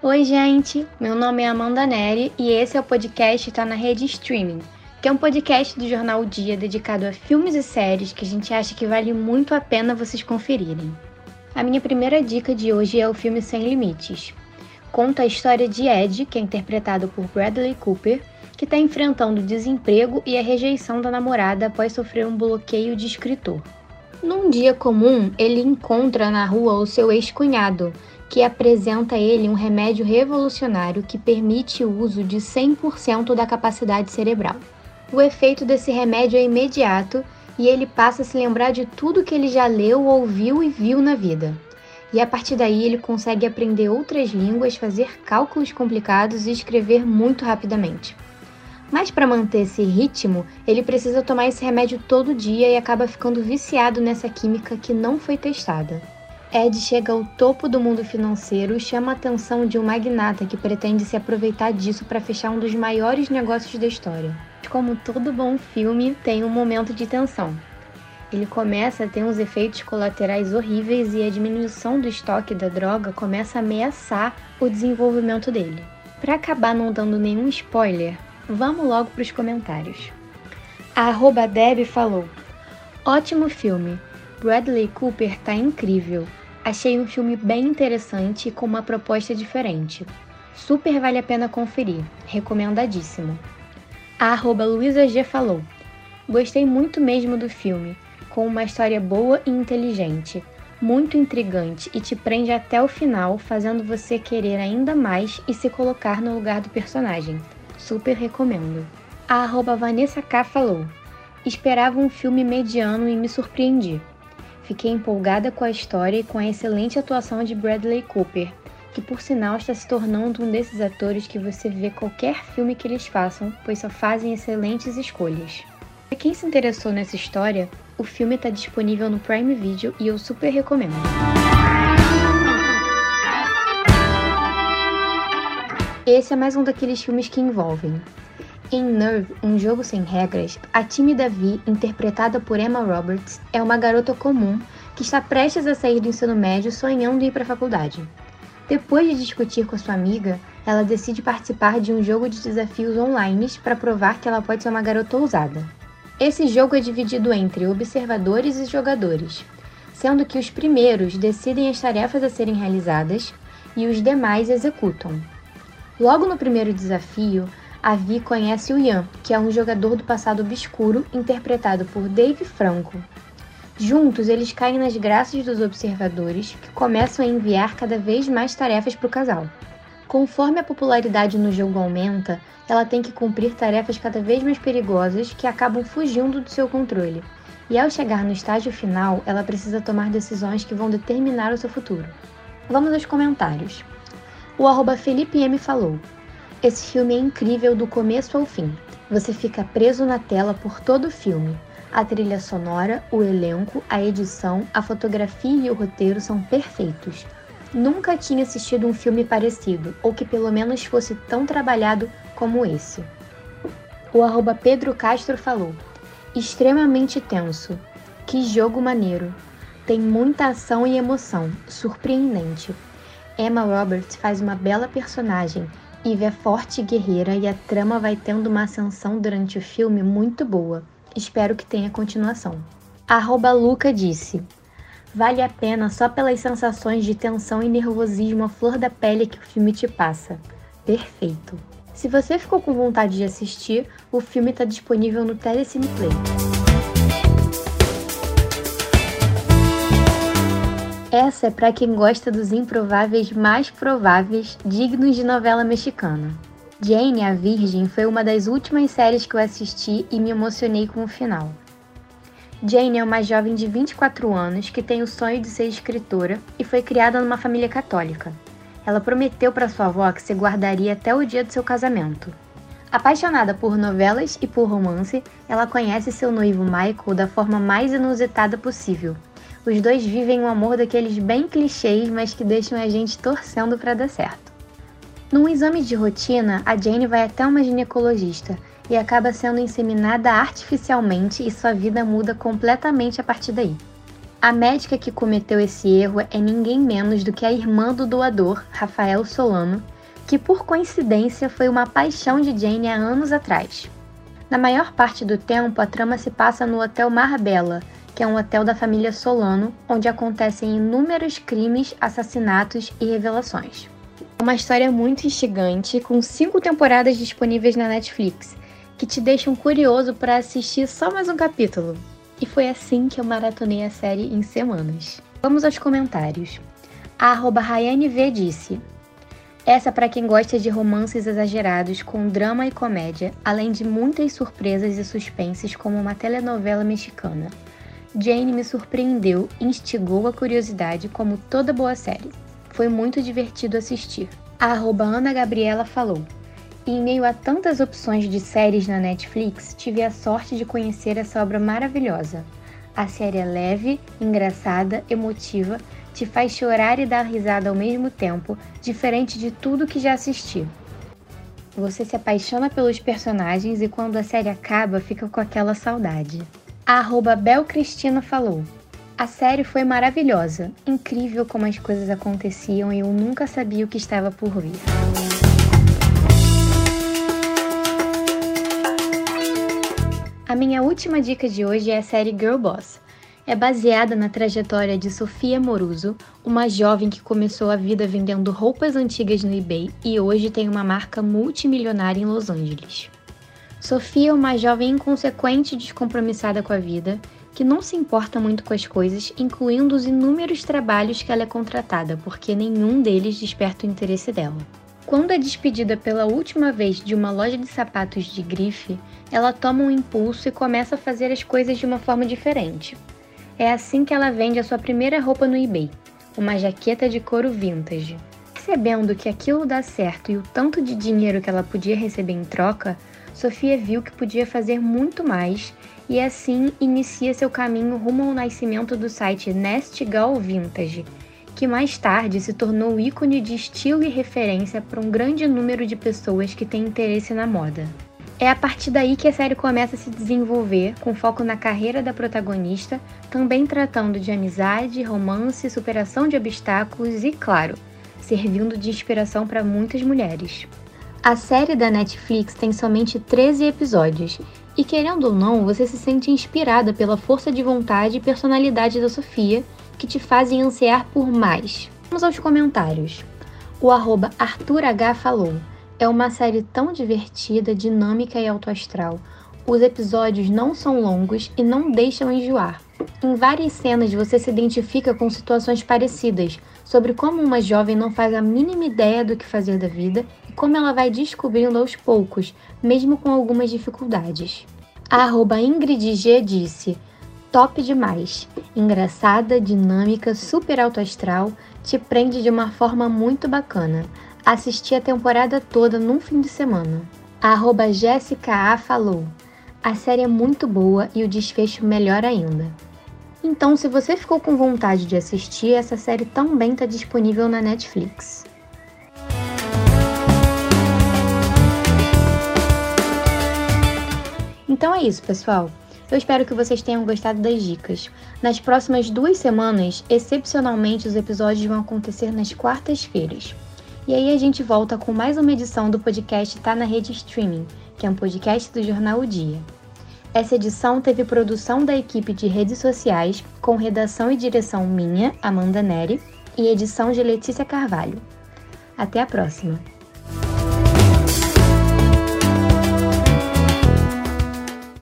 Oi, gente! Meu nome é Amanda Neri e esse é o podcast Tá na Rede Streaming, que é um podcast do Jornal O Dia dedicado a filmes e séries que a gente acha que vale muito a pena vocês conferirem. A minha primeira dica de hoje é o filme Sem Limites. Conta a história de Ed, que é interpretado por Bradley Cooper, que está enfrentando o desemprego e a rejeição da namorada após sofrer um bloqueio de escritor. Num dia comum, ele encontra na rua o seu ex-cunhado, que apresenta a ele um remédio revolucionário que permite o uso de 100% da capacidade cerebral. O efeito desse remédio é imediato e ele passa a se lembrar de tudo que ele já leu, ouviu e viu na vida. E a partir daí ele consegue aprender outras línguas, fazer cálculos complicados e escrever muito rapidamente. Mas para manter esse ritmo, ele precisa tomar esse remédio todo dia e acaba ficando viciado nessa química que não foi testada. Ed chega ao topo do mundo financeiro e chama a atenção de um magnata que pretende se aproveitar disso para fechar um dos maiores negócios da história. Como todo bom filme, tem um momento de tensão. Ele começa a ter uns efeitos colaterais horríveis e a diminuição do estoque da droga começa a ameaçar o desenvolvimento dele. Para acabar não dando nenhum spoiler, vamos logo para os comentários. A @Deb falou: ótimo filme, Bradley Cooper tá incrível. Achei um filme bem interessante e com uma proposta diferente. Super vale a pena conferir, recomendadíssimo. A @Luísa G falou: gostei muito mesmo do filme, com uma história boa e inteligente, muito intrigante e te prende até o final, fazendo você querer ainda mais e se colocar no lugar do personagem. Super recomendo. A @Vanessa K falou: esperava um filme mediano e me surpreendi. Fiquei empolgada com a história e com a excelente atuação de Bradley Cooper, que por sinal está se tornando um desses atores que você vê qualquer filme que eles façam, pois só fazem excelentes escolhas. Para quem se interessou nessa história, o filme está disponível no Prime Video e eu super recomendo. Esse é mais um daqueles filmes que envolvem. Em Nerve, um jogo sem regras, a tímida Vi, interpretada por Emma Roberts, é uma garota comum que está prestes a sair do ensino médio sonhando em ir para a faculdade. Depois de discutir com a sua amiga, ela decide participar de um jogo de desafios online para provar que ela pode ser uma garota ousada. Esse jogo é dividido entre observadores e jogadores, sendo que os primeiros decidem as tarefas a serem realizadas e os demais executam. Logo no primeiro desafio, a Vi conhece o Ian, que é um jogador do passado obscuro, interpretado por Dave Franco. Juntos, eles caem nas graças dos observadores, que começam a enviar cada vez mais tarefas para o casal. Conforme a popularidade no jogo aumenta, ela tem que cumprir tarefas cada vez mais perigosas que acabam fugindo do seu controle. E ao chegar no estágio final, ela precisa tomar decisões que vão determinar o seu futuro. Vamos aos comentários. O @Felipe M falou: esse filme é incrível do começo ao fim. Você fica preso na tela por todo o filme. A trilha sonora, o elenco, a edição, a fotografia e o roteiro são perfeitos. Nunca tinha assistido um filme parecido, ou que pelo menos fosse tão trabalhado como esse. O @Pedro Castro falou: extremamente tenso. Que jogo maneiro. Tem muita ação e emoção, surpreendente. Emma Roberts faz uma bela personagem. Eve é forte e guerreira e a trama vai tendo uma ascensão durante o filme muito boa. Espero que tenha continuação. A @Luca disse: vale a pena só pelas sensações de tensão e nervosismo à flor da pele que o filme te passa. Perfeito. Se você ficou com vontade de assistir, o filme está disponível no Telecine Play. Essa é para quem gosta dos improváveis mais prováveis, dignos de novela mexicana. Jane, a Virgem, foi uma das últimas séries que eu assisti e me emocionei com o final. Jane é uma jovem de 24 anos que tem o sonho de ser escritora e foi criada numa família católica. Ela prometeu para sua avó que se guardaria até o dia do seu casamento. Apaixonada por novelas e por romance, ela conhece seu noivo Michael da forma mais inusitada possível. Os dois vivem um amor daqueles bem clichês, mas que deixam a gente torcendo para dar certo. Num exame de rotina, a Jane vai até uma ginecologista e acaba sendo inseminada artificialmente e sua vida muda completamente a partir daí. A médica que cometeu esse erro é ninguém menos do que a irmã do doador, Rafael Solano, que por coincidência foi uma paixão de Jane há anos atrás. Na maior parte do tempo, a trama se passa no Hotel Marbella, que é um hotel da família Solano, onde acontecem inúmeros crimes, assassinatos e revelações. É uma história muito instigante, com 5 temporadas disponíveis na Netflix, que te deixam curioso para assistir só mais um capítulo. E foi assim que eu maratonei a série em semanas. Vamos aos comentários. A @RaianeV disse: essa para quem gosta de romances exagerados com drama e comédia, além de muitas surpresas e suspenses como uma telenovela mexicana. Jane me surpreendeu e instigou a curiosidade como toda boa série. Foi muito divertido assistir. A @Ana Gabriela falou: e em meio a tantas opções de séries na Netflix, tive a sorte de conhecer essa obra maravilhosa. A série é leve, engraçada, emotiva, te faz chorar e dar risada ao mesmo tempo, diferente de tudo que já assisti. Você se apaixona pelos personagens e quando a série acaba, fica com aquela saudade. A @Belcristina falou: a série foi maravilhosa, incrível como as coisas aconteciam e eu nunca sabia o que estava por vir. A minha última dica de hoje é a série Girl Boss. É baseada na trajetória de Sofia Amoruso, uma jovem que começou a vida vendendo roupas antigas no eBay e hoje tem uma marca multimilionária em Los Angeles. Sofia é uma jovem inconsequente e descompromissada com a vida, que não se importa muito com as coisas, incluindo os inúmeros trabalhos que ela é contratada, porque nenhum deles desperta o interesse dela. Quando é despedida pela última vez de uma loja de sapatos de grife, ela toma um impulso e começa a fazer as coisas de uma forma diferente. É assim que ela vende a sua primeira roupa no eBay, uma jaqueta de couro vintage. Percebendo que aquilo dá certo e o tanto de dinheiro que ela podia receber em troca, Sofia viu que podia fazer muito mais e assim inicia seu caminho rumo ao nascimento do site Nest Gal Vintage, que mais tarde se tornou ícone de estilo e referência para um grande número de pessoas que têm interesse na moda. É a partir daí que a série começa a se desenvolver, com foco na carreira da protagonista, também tratando de amizade, romance, superação de obstáculos e, claro, servindo de inspiração para muitas mulheres. A série da Netflix tem somente 13 episódios, e querendo ou não, você se sente inspirada pela força de vontade e personalidade da Sofia, que te fazem ansiar por mais. Vamos aos comentários. O @ArthurH falou: é uma série tão divertida, dinâmica e autoastral. Os episódios não são longos e não deixam enjoar. Em várias cenas você se identifica com situações parecidas, sobre como uma jovem não faz a mínima ideia do que fazer da vida e como ela vai descobrindo aos poucos, mesmo com algumas dificuldades. A @IngridG disse: top demais, engraçada, dinâmica, super autoastral, te prende de uma forma muito bacana. Assisti a temporada toda num fim de semana. A @Jessica A falou: a série é muito boa e o desfecho melhor ainda. Então, se você ficou com vontade de assistir, essa série também está disponível na Netflix. Então é isso, pessoal. Eu espero que vocês tenham gostado das dicas. Nas próximas 2 semanas, excepcionalmente, os episódios vão acontecer nas quartas-feiras. E aí a gente volta com mais uma edição do podcast Tá na Rede Streaming, que é um podcast do jornal O Dia. Essa edição teve produção da equipe de redes sociais, com redação e direção minha, Amanda Neri, e edição de Letícia Carvalho. Até a próxima!